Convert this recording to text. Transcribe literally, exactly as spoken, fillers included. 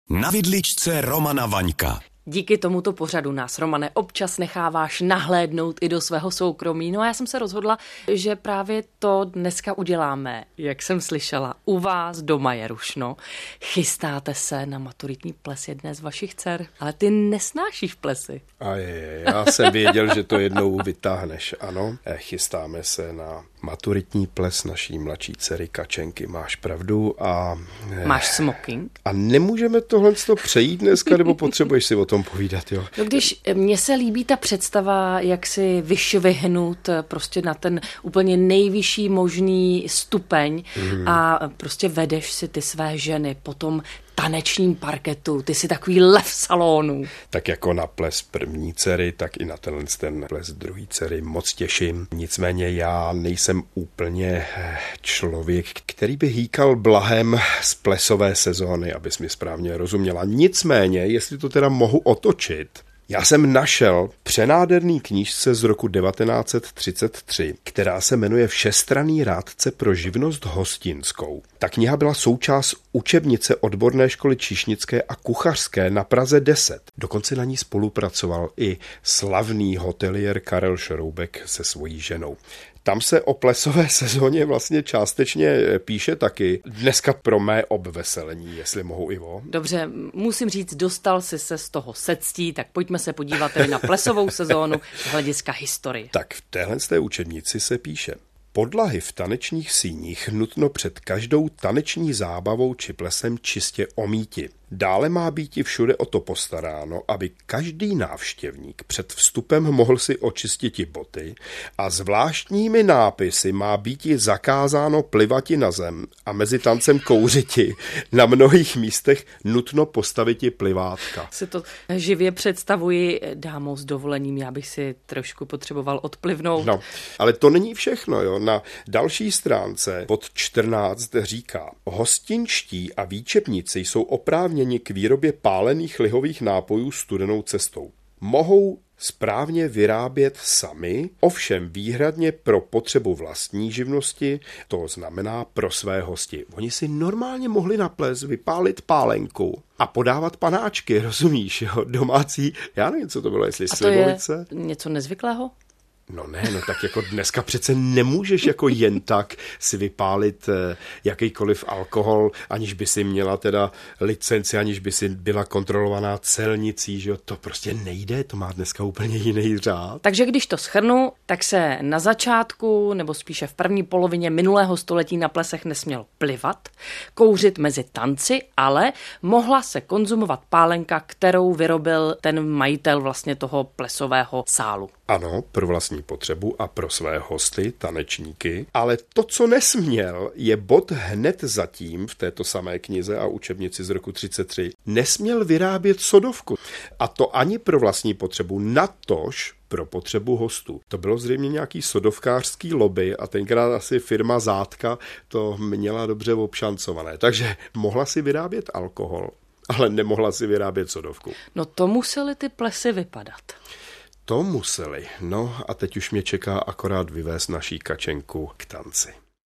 Na vidličce Romana Vaňka. Díky tomuto pořadu nás, Romane, občas necháváš nahlédnout i do svého soukromí. No a já jsem se rozhodla, že právě to dneska uděláme. Jak jsem slyšela, u vás doma je rušno. Chystáte se na maturitní ples jedné z vašich dcer, ale ty nesnášíš plesy. A je, já jsem věděl, že to jednou vytáhneš, ano. Chystáme se na maturitní ples naší mladší dcery Kačenky, máš pravdu. A máš smoking? A nemůžeme tohle přejít dneska, nebo potřebuješ si o tom povídat, jo? No když mně se líbí ta představa, jak si vyšvihnout prostě na ten úplně nejvyšší možný stupeň mm. a prostě vedeš si ty své ženy po tom tanečním parketu, ty jsi takový lev salonu. Tak jako na ples první dcery, tak i na tenhle ten ples druhý dcery moc těším. Nicméně já nejsem úplně člověk, který by hýkal blahem z plesové sezóny, abys mi správně rozuměla. Nicméně, jestli to teda mohu otočit, já jsem našel přenádherný knížce z roku devatenáct set třicet tři, která se jmenuje Všestranný rádce pro živnost hostinskou. Ta kniha byla součást učebnice odborné školy číšnické a kuchařské na Praze deset. Dokonce na ní spolupracoval i slavný hotelier Karel Šroubek se svojí ženou. Tam se o plesové sezóně vlastně částečně píše taky. Dneska pro mé obveselení, jestli mohu, Ivo. Dobře, musím říct, dostal jsi se z toho sectí, tak pojďme se podívat tedy na plesovou sezónu z hlediska historie. Tak v téhle z té učebnici se píše: podlahy v tanečních síních nutno před každou taneční zábavou či plesem čistě omýti. Dále má být i všude o to postaráno, aby každý návštěvník před vstupem mohl si očistit i boty a zvláštními nápisy má být i zakázáno plivati na zem a mezi tancem kouřiti. Na mnohých místech nutno postavit i plivátka. Si to živě představuji, dámo, s dovolením, já bych si trošku potřeboval odplivnout. No, ale to není všechno, jo. Na další stránce pod čtrnáct říká: hostinští a výčepníci jsou oprávněni k výrobě pálených lihových nápojů studenou cestou. Mohou správně vyrábět sami, ovšem výhradně pro potřebu vlastní živnosti, to znamená pro své hosti. Oni si normálně mohli na ples vypálit pálenku a podávat panáčky, rozumíš, jo? Domácí, já nevím, co to bylo, jestli slivovice. A to je něco nezvyklého? No ne, no tak jako dneska přece nemůžeš jako jen tak si vypálit jakýkoliv alkohol, aniž by si měla teda licenci, aniž by si byla kontrolovaná celnicí, že jo, to prostě nejde, to má dneska úplně jiný řád. Takže když to shrnu, tak se na začátku, nebo spíše v první polovině minulého století na plesech nesměl plivat, kouřit mezi tanci, ale mohla se konzumovat pálenka, kterou vyrobil ten majitel vlastně toho plesového sálu. Ano, pro vlastní potřebu a pro své hosty, tanečníky, ale to, co nesměl, je bod hned zatím v této samé knize a učebnici z roku třicet tři. Nesměl vyrábět sodovku. A to ani pro vlastní potřebu, natož pro potřebu hostů. To bylo zřejmě nějaký sodovkářský lobby a tenkrát asi firma Zátka to měla dobře obšancované. Takže mohla si vyrábět alkohol, ale nemohla si vyrábět sodovku. No to musely ty plesy vypadat. To museli. No a teď už mě čeká akorát vyvést naší Kačenku k tanci.